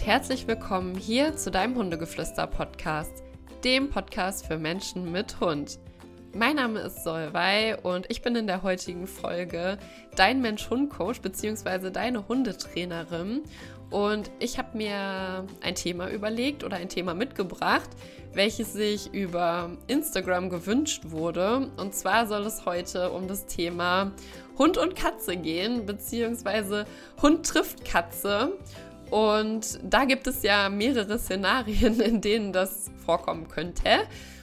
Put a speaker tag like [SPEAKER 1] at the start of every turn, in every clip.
[SPEAKER 1] und herzlich willkommen hier zu deinem Hundegeflüster-Podcast, dem Podcast für Menschen mit Hund. Mein Name ist Solveig und ich bin in der heutigen Folge dein Mensch-Hund-Coach bzw. deine Hundetrainerin. Und ich habe mir ein Thema überlegt oder ein Thema mitgebracht, welches sich über Instagram gewünscht wurde. Und zwar soll es heute um das Thema Hund und Katze gehen, beziehungsweise Hund trifft Katze. Und da gibt es ja mehrere Szenarien, in denen das vorkommen könnte.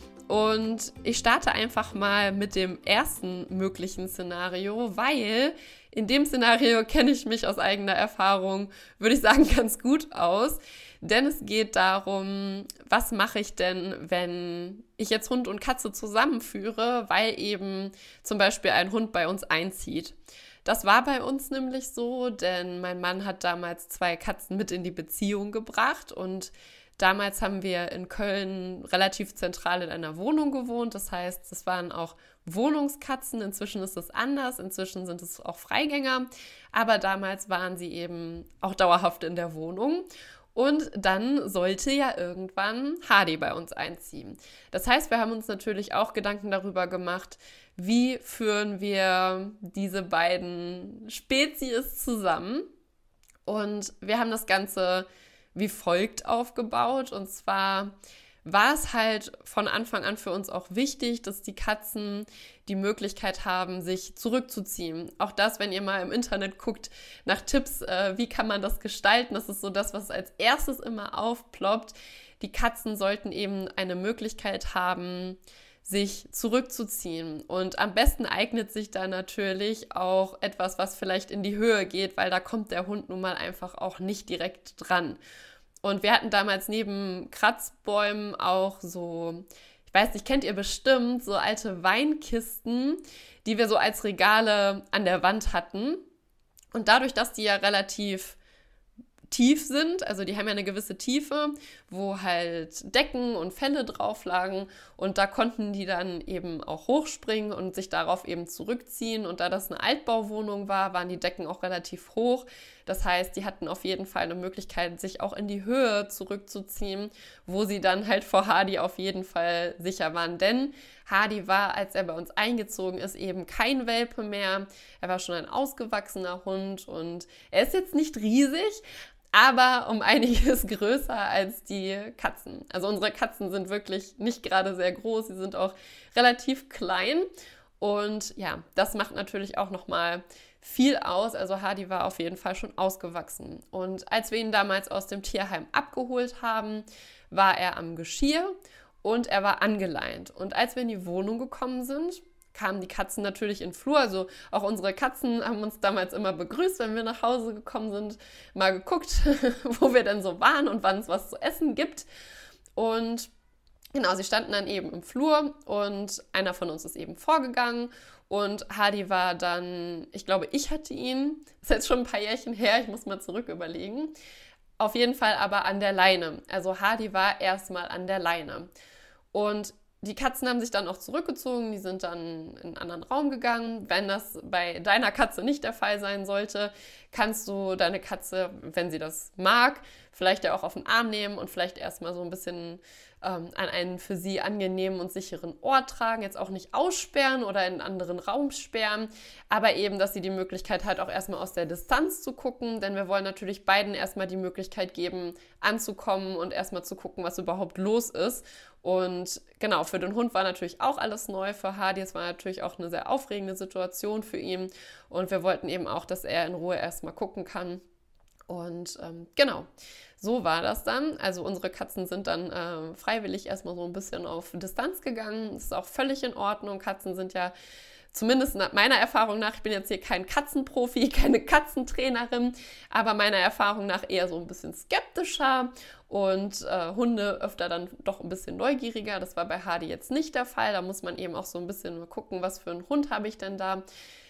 [SPEAKER 1] Und ich starte einfach mal mit dem ersten möglichen Szenario, weil in dem Szenario kenne ich mich aus eigener Erfahrung, würde ich sagen, ganz gut aus. Denn es geht darum, was mache ich denn, wenn ich jetzt Hund und Katze zusammenführe, weil eben zum Beispiel ein Hund bei uns einzieht. Das war bei uns nämlich so, denn mein Mann hat damals 2 Katzen mit in die Beziehung gebracht und damals haben wir in Köln relativ zentral in einer Wohnung gewohnt. Das heißt, es waren auch Wohnungskatzen. Inzwischen ist es anders. Inzwischen sind es auch Freigänger. Aber damals waren sie eben auch dauerhaft in der Wohnung. Und dann sollte ja irgendwann Hardy bei uns einziehen. Das heißt, wir haben uns natürlich auch Gedanken darüber gemacht, wie führen wir diese beiden Spezies zusammen. Und wir haben das Ganze wie folgt aufgebaut. Und zwar war es halt von Anfang an für uns auch wichtig, dass die Katzen die Möglichkeit haben, sich zurückzuziehen. Auch das, wenn ihr mal im Internet guckt nach Tipps, wie kann man das gestalten, das ist so das, was als erstes immer aufploppt. Die Katzen sollten eben eine Möglichkeit haben, sich zurückzuziehen. Und am besten eignet sich da natürlich auch etwas, was vielleicht in die Höhe geht, weil da kommt der Hund nun mal einfach auch nicht direkt dran. Und wir hatten damals neben Kratzbäumen auch so, ich weiß nicht, kennt ihr bestimmt, so alte Weinkisten, die wir so als Regale an der Wand hatten. Und dadurch, dass die ja relativ tief sind, also die haben ja eine gewisse Tiefe, wo halt Decken und Felle drauf lagen und da konnten die dann eben auch hochspringen und sich darauf eben zurückziehen und da das eine Altbauwohnung war, waren die Decken auch relativ hoch. Das heißt, die hatten auf jeden Fall eine Möglichkeit, sich auch in die Höhe zurückzuziehen, wo sie dann halt vor Hardy auf jeden Fall sicher waren, denn Hardy war, als er bei uns eingezogen ist, eben kein Welpe mehr. Er war schon ein ausgewachsener Hund und er ist jetzt nicht riesig, aber um einiges größer als die Katzen. Also unsere Katzen sind wirklich nicht gerade sehr groß, sie sind auch relativ klein und ja, das macht natürlich auch nochmal viel aus. Also Hardy war auf jeden Fall schon ausgewachsen und als wir ihn damals aus dem Tierheim abgeholt haben, war er am Geschirr und er war angeleint. Und als wir in die Wohnung gekommen sind, kamen die Katzen natürlich in den Flur. Also auch unsere Katzen haben uns damals immer begrüßt, wenn wir nach Hause gekommen sind, mal geguckt, wo wir denn so waren und wann es was zu essen gibt. Und genau, sie standen dann eben im Flur und einer von uns ist eben vorgegangen und Hardy war dann, ich glaube, ich hatte ihn, das ist jetzt schon ein paar Jährchen her, ich muss mal zurück überlegen, auf jeden Fall aber an der Leine. Also Hardy war erstmal an der Leine. Und die Katzen haben sich dann auch zurückgezogen, die sind dann in einen anderen Raum gegangen. Wenn das bei deiner Katze nicht der Fall sein sollte, kannst du deine Katze, wenn sie das mag, vielleicht ja auch auf den Arm nehmen und vielleicht erstmal so ein bisschen an einen für sie angenehmen und sicheren Ort tragen. Jetzt auch nicht aussperren oder in einen anderen Raum sperren, aber eben, dass sie die Möglichkeit hat, auch erstmal aus der Distanz zu gucken, denn wir wollen natürlich beiden erstmal die Möglichkeit geben, anzukommen und erstmal zu gucken, was überhaupt los ist. Und genau, für den Hund war natürlich auch alles neu, für Hardy, es war natürlich auch eine sehr aufregende Situation für ihn und wir wollten eben auch, dass er in Ruhe erstmal gucken kann. Und genau, so war das dann. Also unsere Katzen sind dann freiwillig erstmal so ein bisschen auf Distanz gegangen. Das ist auch völlig in Ordnung. Katzen sind ja, zumindest nach meiner Erfahrung nach, ich bin jetzt hier kein Katzenprofi, keine Katzentrainerin, aber meiner Erfahrung nach eher so ein bisschen skeptischer und Hunde öfter dann doch ein bisschen neugieriger. Das war bei Hardy jetzt nicht der Fall. Da muss man eben auch so ein bisschen mal gucken, was für einen Hund habe ich denn da.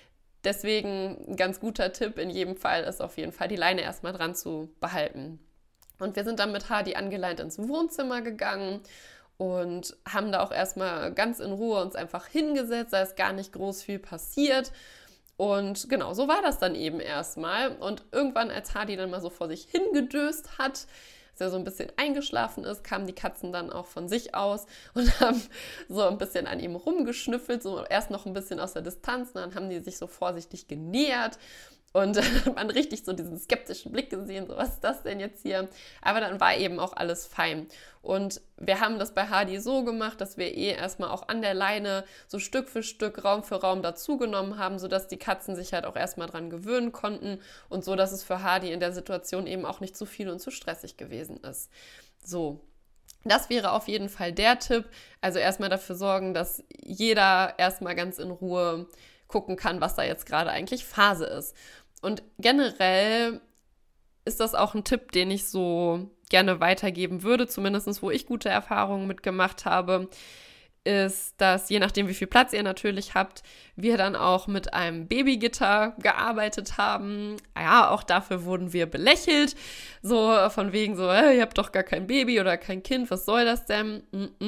[SPEAKER 1] Deswegen ein ganz guter Tipp in jedem Fall ist auf jeden Fall, die Leine erstmal dran zu behalten. Und wir sind dann mit Hardy angeleint ins Wohnzimmer gegangen und haben da auch erstmal ganz in Ruhe uns einfach hingesetzt, da ist gar nicht groß viel passiert. Und genau, so war das dann eben erstmal. Und irgendwann, als Hardy dann mal so vor sich hingedöst hat, der so ein bisschen eingeschlafen ist, kamen die Katzen dann auch von sich aus und haben so ein bisschen an ihm rumgeschnüffelt, so erst noch ein bisschen aus der Distanz, und dann haben die sich so vorsichtig genähert. Und dann hat man richtig so diesen skeptischen Blick gesehen, so, was ist das denn jetzt hier? Aber dann war eben auch alles fein. Und wir haben das bei Hardy so gemacht, dass wir erstmal auch an der Leine so Stück für Stück, Raum für Raum dazugenommen haben, sodass die Katzen sich halt auch erstmal dran gewöhnen konnten und so, dass es für Hardy in der Situation eben auch nicht zu viel und zu stressig gewesen ist. So. Das wäre auf jeden Fall der Tipp. Also erstmal dafür sorgen, dass jeder erstmal ganz in Ruhe gucken kann, was da jetzt gerade eigentlich Phase ist. Und generell ist das auch ein Tipp, den ich so gerne weitergeben würde, zumindest wo ich gute Erfahrungen mitgemacht habe, ist, dass je nachdem, wie viel Platz ihr natürlich habt, wir dann auch mit einem Babygitter gearbeitet haben. Ja, auch dafür wurden wir belächelt, so von wegen so, ihr habt doch gar kein Baby oder kein Kind, was soll das denn?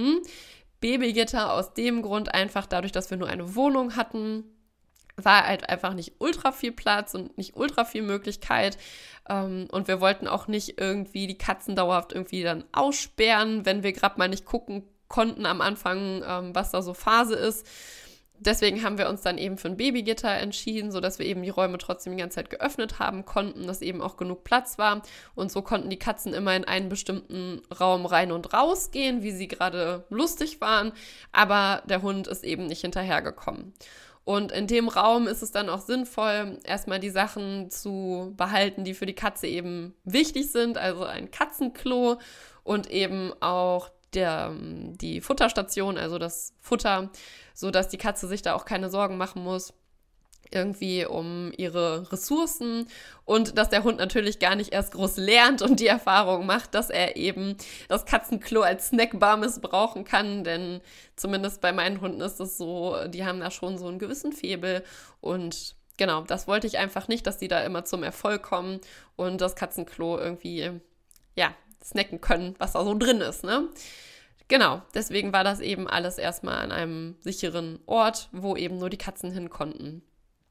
[SPEAKER 1] Babygitter aus dem Grund einfach dadurch, dass wir nur eine Wohnung hatten, war halt einfach nicht ultra viel Platz und nicht ultra viel Möglichkeit. Und wir wollten auch nicht irgendwie die Katzen dauerhaft irgendwie dann aussperren, wenn wir gerade mal nicht gucken konnten am Anfang, was da so Phase ist. Deswegen haben wir uns dann eben für ein Babygitter entschieden, sodass wir eben die Räume trotzdem die ganze Zeit geöffnet haben konnten, dass eben auch genug Platz war. Und so konnten die Katzen immer in einen bestimmten Raum rein und raus gehen, wie sie gerade lustig waren. Aber der Hund ist eben nicht hinterhergekommen. Und in dem Raum ist es dann auch sinnvoll, erstmal die Sachen zu behalten, die für die Katze eben wichtig sind, also ein Katzenklo und eben auch die Futterstation, also das Futter, sodass die Katze sich da auch keine Sorgen machen muss, irgendwie um ihre Ressourcen, und dass der Hund natürlich gar nicht erst groß lernt und die Erfahrung macht, dass er eben das Katzenklo als Snackbar missbrauchen kann, denn zumindest bei meinen Hunden ist es so, die haben da schon so einen gewissen Faible, und genau, das wollte ich einfach nicht, dass die da immer zum Erfolg kommen und das Katzenklo irgendwie, ja, snacken können, was da so drin ist, ne? Genau, deswegen war das eben alles erstmal an einem sicheren Ort, wo eben nur die Katzen hin konnten.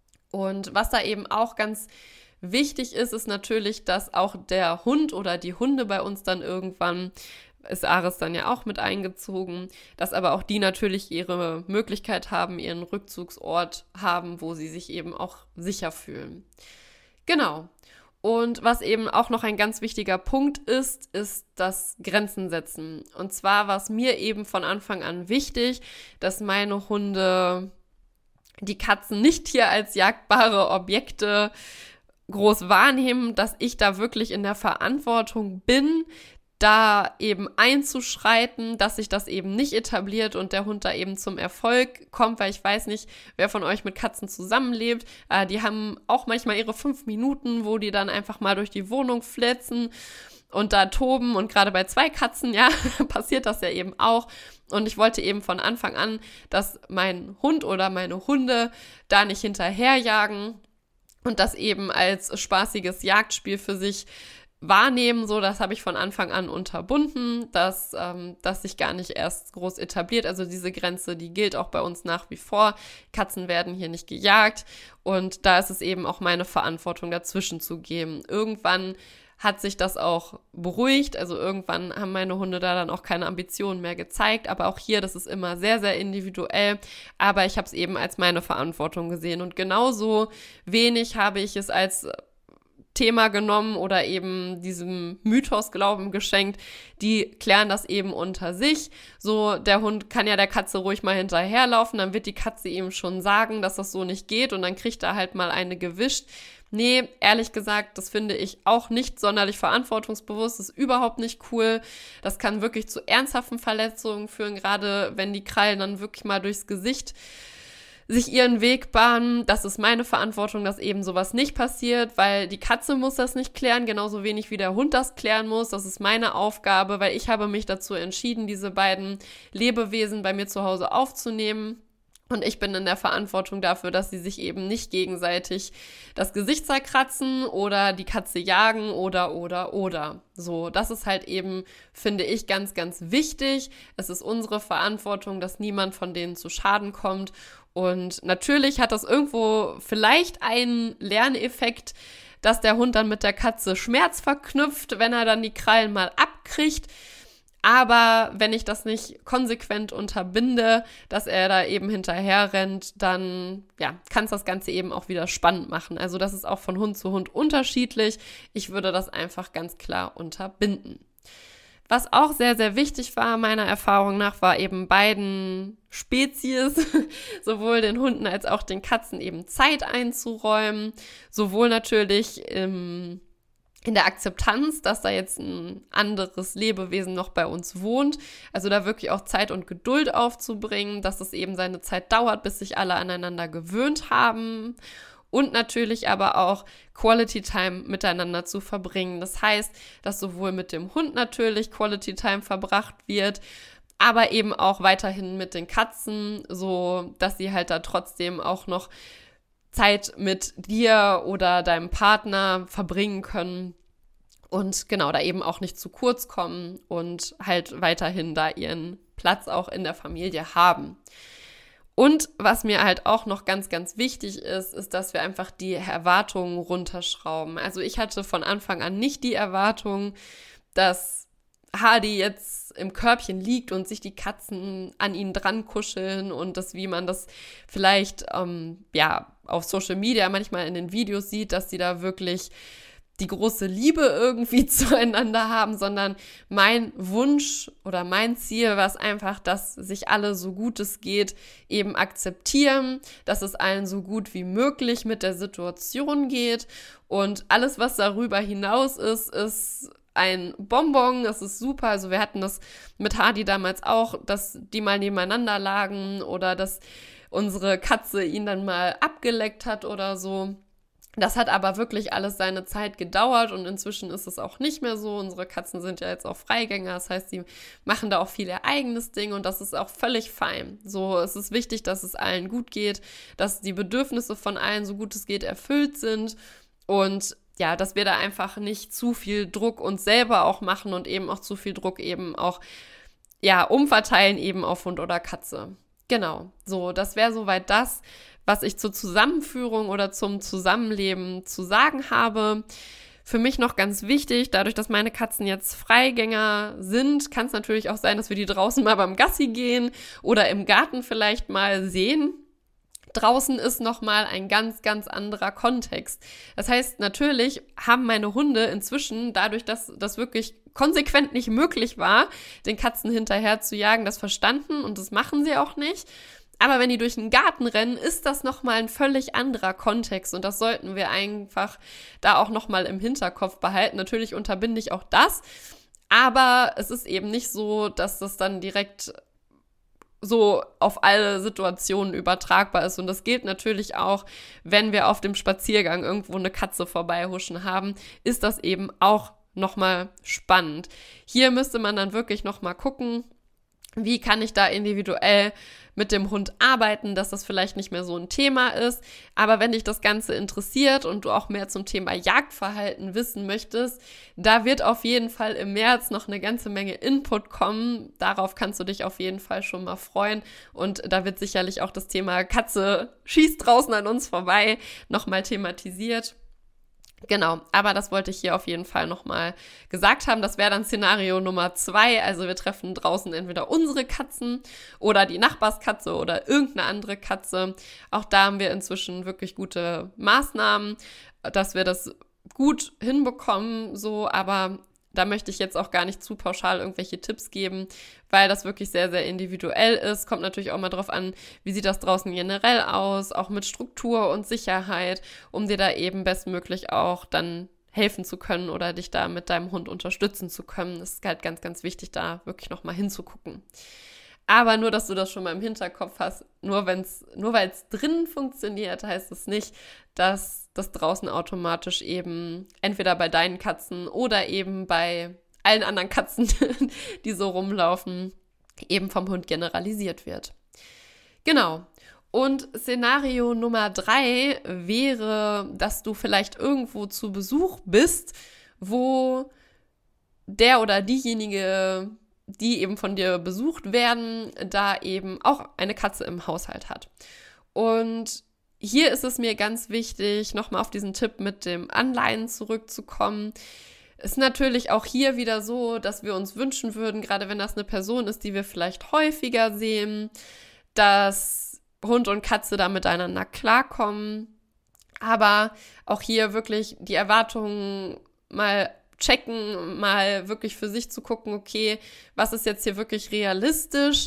[SPEAKER 1] Und was da eben auch ganz wichtig ist, ist natürlich, dass auch der Hund oder die Hunde bei uns dann irgendwann, ist Ares dann ja auch mit eingezogen, dass aber auch die natürlich ihre Möglichkeit haben, ihren Rückzugsort haben, wo sie sich eben auch sicher fühlen. Genau. Und was eben auch noch ein ganz wichtiger Punkt ist das Grenzen setzen. Und zwar war es mir eben von Anfang an wichtig, dass meine Hunde die Katzen nicht hier als jagdbare Objekte groß wahrnehmen, dass ich da wirklich in der Verantwortung bin, da eben einzuschreiten, dass sich das eben nicht etabliert und der Hund da eben zum Erfolg kommt, weil ich weiß nicht, wer von euch mit Katzen zusammenlebt. Die haben auch manchmal ihre 5 Minuten, wo die dann einfach mal durch die Wohnung flitzen und da toben, und gerade bei 2 Katzen, ja, passiert das ja eben auch. Und ich wollte eben von Anfang an, dass mein Hund oder meine Hunde da nicht hinterherjagen und das eben als spaßiges Jagdspiel für sich wahrnehmen. So, das habe ich von Anfang an unterbunden, dass sich gar nicht erst groß etabliert. Also diese Grenze, die gilt auch bei uns nach wie vor. Katzen werden hier nicht gejagt, und da ist es eben auch meine Verantwortung, dazwischen zu gehen. Irgendwann hat sich das auch beruhigt. Also irgendwann haben meine Hunde da dann auch keine Ambitionen mehr gezeigt. Aber auch hier, das ist immer sehr, sehr individuell. Aber ich habe es eben als meine Verantwortung gesehen. Und genauso wenig habe ich es als Thema genommen oder eben diesem Mythos Glauben geschenkt. Die klären das eben unter sich. So, der Hund kann ja der Katze ruhig mal hinterherlaufen. Dann wird die Katze ihm schon sagen, dass das so nicht geht. Und dann kriegt er halt mal eine gewischt. Nee, ehrlich gesagt, das finde ich auch nicht sonderlich verantwortungsbewusst. Das ist überhaupt nicht cool. Das kann wirklich zu ernsthaften Verletzungen führen, gerade wenn die Krallen dann wirklich mal durchs Gesicht sich ihren Weg bahnen. Das ist meine Verantwortung, dass eben sowas nicht passiert, weil die Katze muss das nicht klären, genauso wenig wie der Hund das klären muss. Das ist meine Aufgabe, weil ich habe mich dazu entschieden, diese beiden Lebewesen bei mir zu Hause aufzunehmen. Und ich bin in der Verantwortung dafür, dass sie sich eben nicht gegenseitig das Gesicht zerkratzen oder die Katze jagen oder. So, das ist halt eben, finde ich, ganz, ganz wichtig. Es ist unsere Verantwortung, dass niemand von denen zu Schaden kommt. Und natürlich hat das irgendwo vielleicht einen Lerneffekt, dass der Hund dann mit der Katze Schmerz verknüpft, wenn er dann die Krallen mal abkriegt. Aber wenn ich das nicht konsequent unterbinde, dass er da eben hinterher rennt, dann kann es das Ganze eben auch wieder spannend machen. Also das ist auch von Hund zu Hund unterschiedlich. Ich würde das einfach ganz klar unterbinden. Was auch sehr, sehr wichtig war, meiner Erfahrung nach, war eben beiden Spezies, sowohl den Hunden als auch den Katzen, eben Zeit einzuräumen. Sowohl natürlich in der Akzeptanz, dass da jetzt ein anderes Lebewesen noch bei uns wohnt. Also da wirklich auch Zeit und Geduld aufzubringen, dass es eben seine Zeit dauert, bis sich alle aneinander gewöhnt haben. Und natürlich aber auch Quality Time miteinander zu verbringen. Das heißt, dass sowohl mit dem Hund natürlich Quality Time verbracht wird, aber eben auch weiterhin mit den Katzen, so dass sie halt da trotzdem auch noch Zeit mit dir oder deinem Partner verbringen können und genau, da eben auch nicht zu kurz kommen und halt weiterhin da ihren Platz auch in der Familie haben. Und was mir halt auch noch ganz, ganz wichtig ist, dass wir einfach die Erwartungen runterschrauben. Also ich hatte von Anfang an nicht die Erwartung, dass Hardy jetzt im Körbchen liegt und sich die Katzen an ihn dran kuscheln und das, wie man das vielleicht auf Social Media manchmal in den Videos sieht, dass die da wirklich die große Liebe irgendwie zueinander haben, sondern mein Wunsch oder mein Ziel war es einfach, dass sich alle so gut es geht eben akzeptieren, dass es allen so gut wie möglich mit der Situation geht und alles, was darüber hinaus ist ein Bonbon, das ist super. Also wir hatten das mit Hardy damals auch, dass die mal nebeneinander lagen oder dass unsere Katze ihn dann mal abgeleckt hat oder so. Das hat aber wirklich alles seine Zeit gedauert und inzwischen ist es auch nicht mehr so. Unsere Katzen sind ja jetzt auch Freigänger, das heißt, sie machen da auch viel ihr eigenes Ding und das ist auch völlig fein. So, es ist wichtig, dass es allen gut geht, dass die Bedürfnisse von allen so gut es geht erfüllt sind und ja, dass wir da einfach nicht zu viel Druck uns selber auch machen und eben auch zu viel Druck eben auch umverteilen eben auf Hund oder Katze. Genau, so, das wäre soweit das, was ich zur Zusammenführung oder zum Zusammenleben zu sagen habe. Für mich noch ganz wichtig, dadurch, dass meine Katzen jetzt Freigänger sind, kann es natürlich auch sein, dass wir die draußen mal beim Gassi gehen oder im Garten vielleicht mal sehen. Draußen ist nochmal ein ganz, ganz anderer Kontext. Das heißt, natürlich haben meine Hunde inzwischen, dadurch, dass das wirklich konsequent nicht möglich war, den Katzen hinterher zu jagen, das verstanden und das machen sie auch nicht. Aber wenn die durch den Garten rennen, ist das nochmal ein völlig anderer Kontext und das sollten wir einfach da auch nochmal im Hinterkopf behalten. Natürlich unterbinde ich auch das, aber es ist eben nicht so, dass das dann direkt so auf alle Situationen übertragbar ist. Und das gilt natürlich auch, wenn wir auf dem Spaziergang irgendwo eine Katze vorbeihuschen haben, ist das eben auch nochmal spannend. Hier müsste man dann wirklich nochmal gucken, wie kann ich da individuell mit dem Hund arbeiten, dass das vielleicht nicht mehr so ein Thema ist. Aber wenn dich das Ganze interessiert und du auch mehr zum Thema Jagdverhalten wissen möchtest, da wird auf jeden Fall im März noch eine ganze Menge Input kommen. Darauf kannst du dich auf jeden Fall schon mal freuen. Und da wird sicherlich auch das Thema Katze schießt draußen an uns vorbei nochmal thematisiert. Genau, aber das wollte ich hier auf jeden Fall nochmal gesagt haben. Das wäre dann Szenario Nummer 2. Also wir treffen draußen entweder unsere Katzen oder die Nachbarskatze oder irgendeine andere Katze. Auch da haben wir inzwischen wirklich gute Maßnahmen, dass wir das gut hinbekommen, so, aber da möchte ich jetzt auch gar nicht zu pauschal irgendwelche Tipps geben, weil das wirklich sehr, sehr individuell ist. Kommt natürlich auch mal drauf an, wie sieht das draußen generell aus, auch mit Struktur und Sicherheit, um dir da eben bestmöglich auch dann helfen zu können oder dich da mit deinem Hund unterstützen zu können. Das ist halt ganz, ganz wichtig, da wirklich nochmal hinzugucken. Aber nur, dass du das schon mal im Hinterkopf hast, nur weil es drinnen funktioniert, heißt es nicht, dass das draußen automatisch eben entweder bei deinen Katzen oder eben bei allen anderen Katzen, die so rumlaufen, eben vom Hund generalisiert wird. Genau. Und Szenario Nummer 3 wäre, dass du vielleicht irgendwo zu Besuch bist, wo der oder diejenige, die eben von dir besucht werden, da eben auch eine Katze im Haushalt hat. Und hier ist es mir ganz wichtig, nochmal auf diesen Tipp mit dem Anleihen zurückzukommen. Ist natürlich auch hier wieder so, dass wir uns wünschen würden, gerade wenn das eine Person ist, die wir vielleicht häufiger sehen, dass Hund und Katze da miteinander klarkommen. Aber auch hier wirklich die Erwartungen mal checken, mal wirklich für sich zu gucken, okay, was ist jetzt hier wirklich realistisch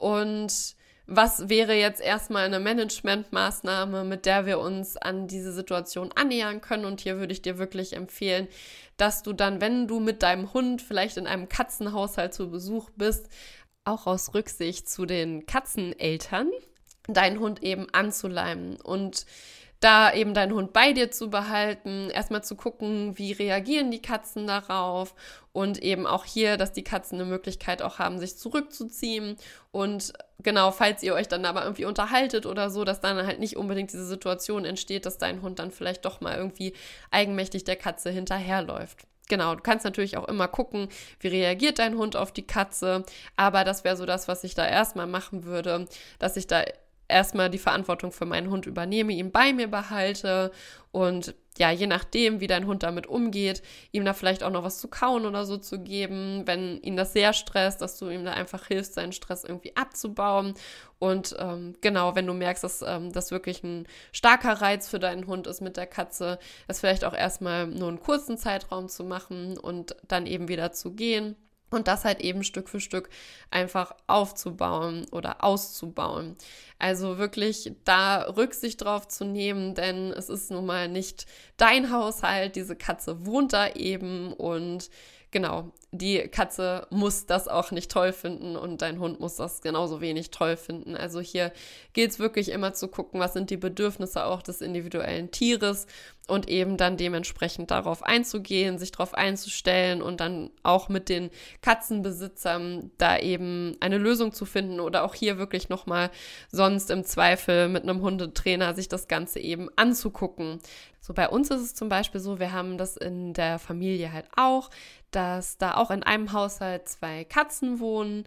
[SPEAKER 1] und was wäre jetzt erstmal eine Managementmaßnahme, mit der wir uns an diese Situation annähern können. Und hier würde ich dir wirklich empfehlen, dass du dann, wenn du mit deinem Hund vielleicht in einem Katzenhaushalt zu Besuch bist, auch aus Rücksicht zu den Katzeneltern, deinen Hund eben anzuleimen und da eben deinen Hund bei dir zu behalten, erstmal zu gucken, wie reagieren die Katzen darauf und eben auch hier, dass die Katzen eine Möglichkeit auch haben, sich zurückzuziehen und genau, falls ihr euch dann aber irgendwie unterhaltet oder so, dass dann halt nicht unbedingt diese Situation entsteht, dass dein Hund dann vielleicht doch mal irgendwie eigenmächtig der Katze hinterherläuft. Genau, du kannst natürlich auch immer gucken, wie reagiert dein Hund auf die Katze, aber das wäre so das, was ich da erstmal machen würde, dass ich da erstmal die Verantwortung für meinen Hund übernehme, ihn bei mir behalte und ja, je nachdem, wie dein Hund damit umgeht, ihm da vielleicht auch noch was zu kauen oder so zu geben, wenn ihn das sehr stresst, dass du ihm da einfach hilfst, seinen Stress irgendwie abzubauen und genau, wenn du merkst, dass das wirklich ein starker Reiz für deinen Hund ist mit der Katze, das vielleicht auch erstmal nur einen kurzen Zeitraum zu machen und dann eben wieder zu gehen. Und das halt eben Stück für Stück einfach aufzubauen oder auszubauen. Also wirklich da Rücksicht drauf zu nehmen, denn es ist nun mal nicht dein Haushalt, diese Katze wohnt da eben und genau, die Katze muss das auch nicht toll finden und dein Hund muss das genauso wenig toll finden. Also hier gilt es wirklich immer zu gucken, was sind die Bedürfnisse auch des individuellen Tieres und eben dann dementsprechend darauf einzugehen, sich darauf einzustellen und dann auch mit den Katzenbesitzern da eben eine Lösung zu finden oder auch hier wirklich nochmal sonst im Zweifel mit einem Hundetrainer sich das Ganze eben anzugucken. So bei uns ist es zum Beispiel so, wir haben das in der Familie halt auch, dass da auch in einem Haushalt 2 Katzen wohnen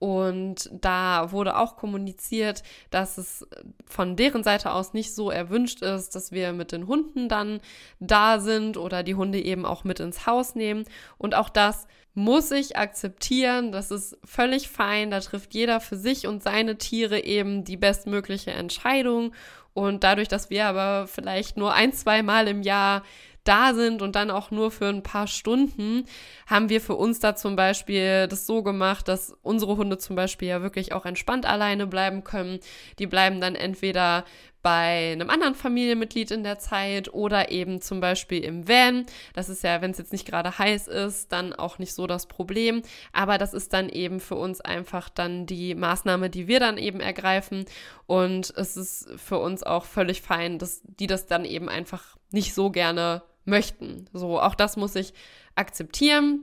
[SPEAKER 1] und da wurde auch kommuniziert, dass es von deren Seite aus nicht so erwünscht ist, dass wir mit den Hunden dann da sind oder die Hunde eben auch mit ins Haus nehmen und auch das muss ich akzeptieren, das ist völlig fein, da trifft jeder für sich und seine Tiere eben die bestmögliche Entscheidung und dadurch, dass wir aber vielleicht nur 1-2 Mal im Jahr da sind und dann auch nur für ein paar Stunden, haben wir für uns da zum Beispiel das so gemacht, dass unsere Hunde zum Beispiel ja wirklich auch entspannt alleine bleiben können. Die bleiben dann entweder bei einem anderen Familienmitglied in der Zeit oder eben zum Beispiel im Van. Das ist ja, wenn es jetzt nicht gerade heiß ist, dann auch nicht so das Problem. Aber das ist dann eben für uns einfach dann die Maßnahme, die wir dann eben ergreifen. Und es ist für uns auch völlig fein, dass die das dann eben einfach nicht so gerne möchten. So, auch das muss ich akzeptieren.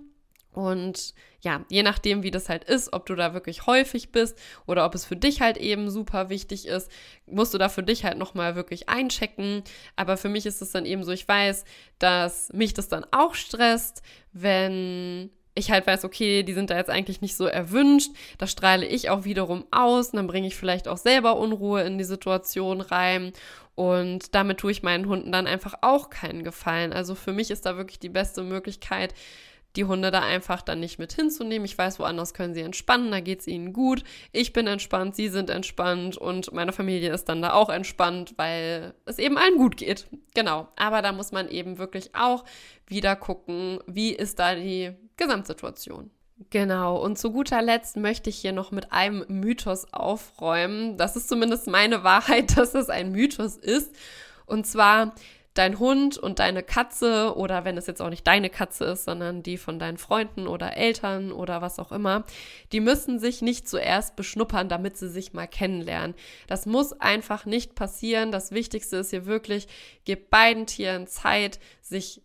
[SPEAKER 1] Und ja, je nachdem, wie das halt ist, ob du da wirklich häufig bist oder ob es für dich halt eben super wichtig ist, musst du da für dich halt nochmal wirklich einchecken. Aber für mich ist es dann eben so, ich weiß, dass mich das dann auch stresst, wenn ich halt weiß, okay, die sind da jetzt eigentlich nicht so erwünscht, da strahle ich auch wiederum aus und dann bringe ich vielleicht auch selber Unruhe in die Situation rein und damit tue ich meinen Hunden dann einfach auch keinen Gefallen. Also für mich ist da wirklich die beste Möglichkeit, die Hunde da einfach dann nicht mit hinzunehmen. Ich weiß, woanders können sie entspannen, da geht es ihnen gut. Ich bin entspannt, sie sind entspannt und meine Familie ist dann da auch entspannt, weil es eben allen gut geht. Genau, aber da muss man eben wirklich auch wieder gucken, wie ist da die Gesamtsituation. Genau, und zu guter Letzt möchte ich hier noch mit einem Mythos aufräumen. Das ist zumindest meine Wahrheit, dass es ein Mythos ist. Und zwar: Dein Hund und deine Katze oder wenn es jetzt auch nicht deine Katze ist, sondern die von deinen Freunden oder Eltern oder was auch immer, die müssen sich nicht zuerst beschnuppern, damit sie sich mal kennenlernen. Das muss einfach nicht passieren. Das Wichtigste ist hier wirklich, gib beiden Tieren Zeit, sich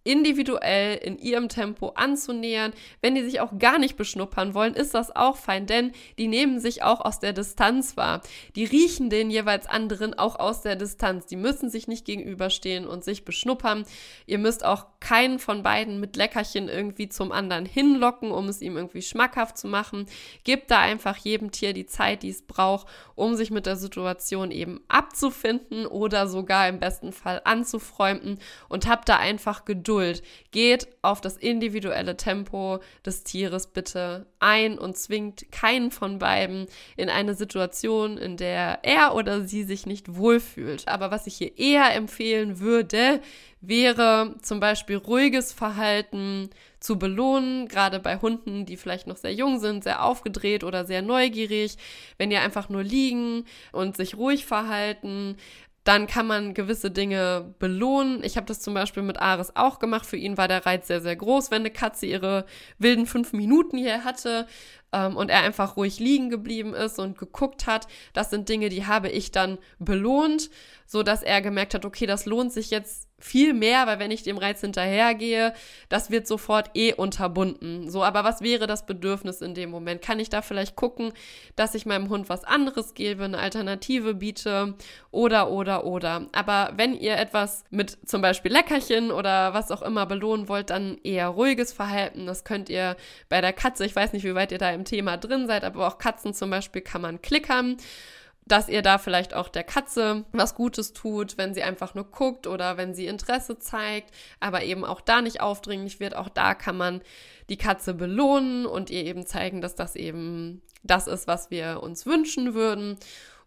[SPEAKER 1] individuell in ihrem Tempo anzunähern. Wenn die sich auch gar nicht beschnuppern wollen, ist das auch fein, denn die nehmen sich auch aus der Distanz wahr. Die riechen den jeweils anderen auch aus der Distanz. Die müssen sich nicht gegenüberstehen und sich beschnuppern. Ihr müsst auch keinen von beiden mit Leckerchen irgendwie zum anderen hinlocken, um es ihm irgendwie schmackhaft zu machen. Gebt da einfach jedem Tier die Zeit, die es braucht, um sich mit der Situation eben abzufinden oder sogar im besten Fall anzufreunden, und habt da einfach Geduld. Geht auf das individuelle Tempo des Tieres bitte ein und zwingt keinen von beiden in eine Situation, in der er oder sie sich nicht wohlfühlt. Aber was ich hier eher empfehlen würde, wäre zum Beispiel ruhiges Verhalten zu belohnen, gerade bei Hunden, die vielleicht noch sehr jung sind, sehr aufgedreht oder sehr neugierig. Wenn die einfach nur liegen und sich ruhig verhalten, dann kann man gewisse Dinge belohnen. Ich habe das zum Beispiel mit Ares auch gemacht. Für ihn war der Reiz sehr, sehr groß, wenn eine Katze ihre wilden 5 Minuten hier hatte und er einfach ruhig liegen geblieben ist und geguckt hat. Das sind Dinge, die habe ich dann belohnt, sodass er gemerkt hat, okay, das lohnt sich jetzt viel mehr, weil wenn ich dem Reiz hinterhergehe, das wird sofort unterbunden. So, aber was wäre das Bedürfnis in dem Moment? Kann ich da vielleicht gucken, dass ich meinem Hund was anderes gebe, eine Alternative biete oder. Aber wenn ihr etwas mit zum Beispiel Leckerchen oder was auch immer belohnen wollt, dann eher ruhiges Verhalten. Das könnt ihr bei der Katze, ich weiß nicht, wie weit ihr da im Thema drin seid, aber auch Katzen zum Beispiel kann man klickern, dass ihr da vielleicht auch der Katze was Gutes tut, wenn sie einfach nur guckt oder wenn sie Interesse zeigt, aber eben auch da nicht aufdringlich wird. Auch da kann man die Katze belohnen und ihr eben zeigen, dass das eben das ist, was wir uns wünschen würden.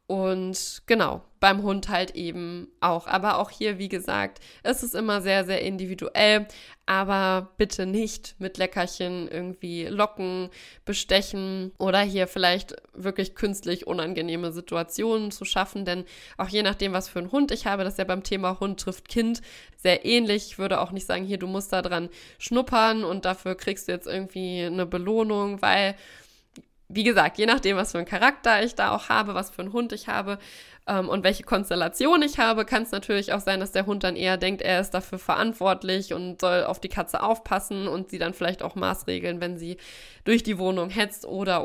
[SPEAKER 1] Und genau, beim Hund halt eben auch. Aber auch hier, wie gesagt, ist es immer sehr, sehr individuell. Aber bitte nicht mit Leckerchen irgendwie locken, bestechen oder hier vielleicht wirklich künstlich unangenehme Situationen zu schaffen. Denn auch je nachdem, was für einen Hund ich habe, das ist ja beim Thema Hund trifft Kind sehr ähnlich. Ich würde auch nicht sagen, hier, du musst da dran schnuppern und dafür kriegst du jetzt irgendwie eine Belohnung, weil, wie gesagt, je nachdem, was für einen Charakter ich da auch habe, was für einen Hund ich habe und welche Konstellation ich habe, kann es natürlich auch sein, dass der Hund dann eher denkt, er ist dafür verantwortlich und soll auf die Katze aufpassen und sie dann vielleicht auch maßregeln, wenn sie durch die Wohnung hetzt oder.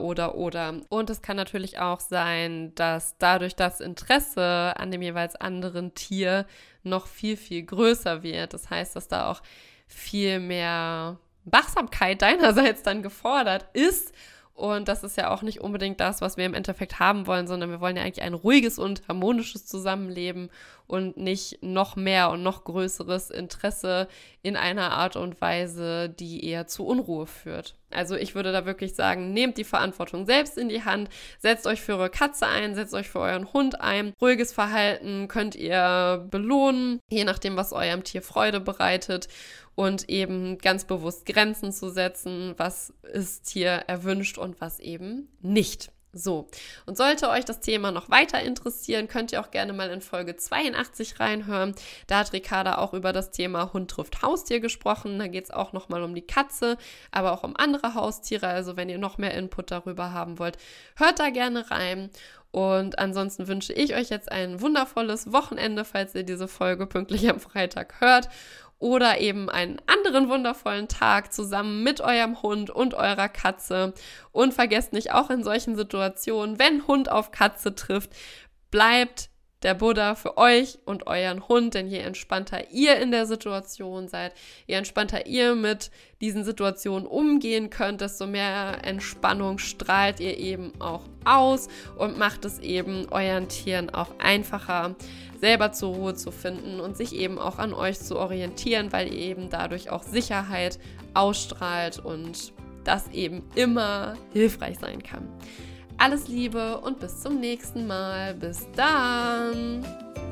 [SPEAKER 1] Und es kann natürlich auch sein, dass dadurch das Interesse an dem jeweils anderen Tier noch viel, viel größer wird. Das heißt, dass da auch viel mehr Wachsamkeit deinerseits dann gefordert ist. Und das ist ja auch nicht unbedingt das, was wir im Endeffekt haben wollen, sondern wir wollen ja eigentlich ein ruhiges und harmonisches Zusammenleben und nicht noch mehr und noch größeres Interesse in einer Art und Weise, die eher zu Unruhe führt. Also ich würde da wirklich sagen, nehmt die Verantwortung selbst in die Hand, setzt euch für eure Katze ein, setzt euch für euren Hund ein. Ruhiges Verhalten könnt ihr belohnen, je nachdem, was eurem Tier Freude bereitet. Und eben ganz bewusst Grenzen zu setzen, was ist hier erwünscht und was eben nicht. So, und sollte euch das Thema noch weiter interessieren, könnt ihr auch gerne mal in Folge 82 reinhören. Da hat Ricarda auch über das Thema Hund trifft Haustier gesprochen. Da geht es auch nochmal um die Katze, aber auch um andere Haustiere. Also wenn ihr noch mehr Input darüber haben wollt, hört da gerne rein. Und ansonsten wünsche ich euch jetzt ein wundervolles Wochenende, falls ihr diese Folge pünktlich am Freitag hört. Oder eben einen anderen wundervollen Tag zusammen mit eurem Hund und eurer Katze. Und vergesst nicht, auch in solchen Situationen, wenn Hund auf Katze trifft, bleibt der Buddha für euch und euren Hund, denn je entspannter ihr in der Situation seid, je entspannter ihr mit diesen Situationen umgehen könnt, desto mehr Entspannung strahlt ihr eben auch aus und macht es eben euren Tieren auch einfacher, selber zur Ruhe zu finden und sich eben auch an euch zu orientieren, weil ihr eben dadurch auch Sicherheit ausstrahlt und das eben immer hilfreich sein kann. Alles Liebe und bis zum nächsten Mal. Bis dann!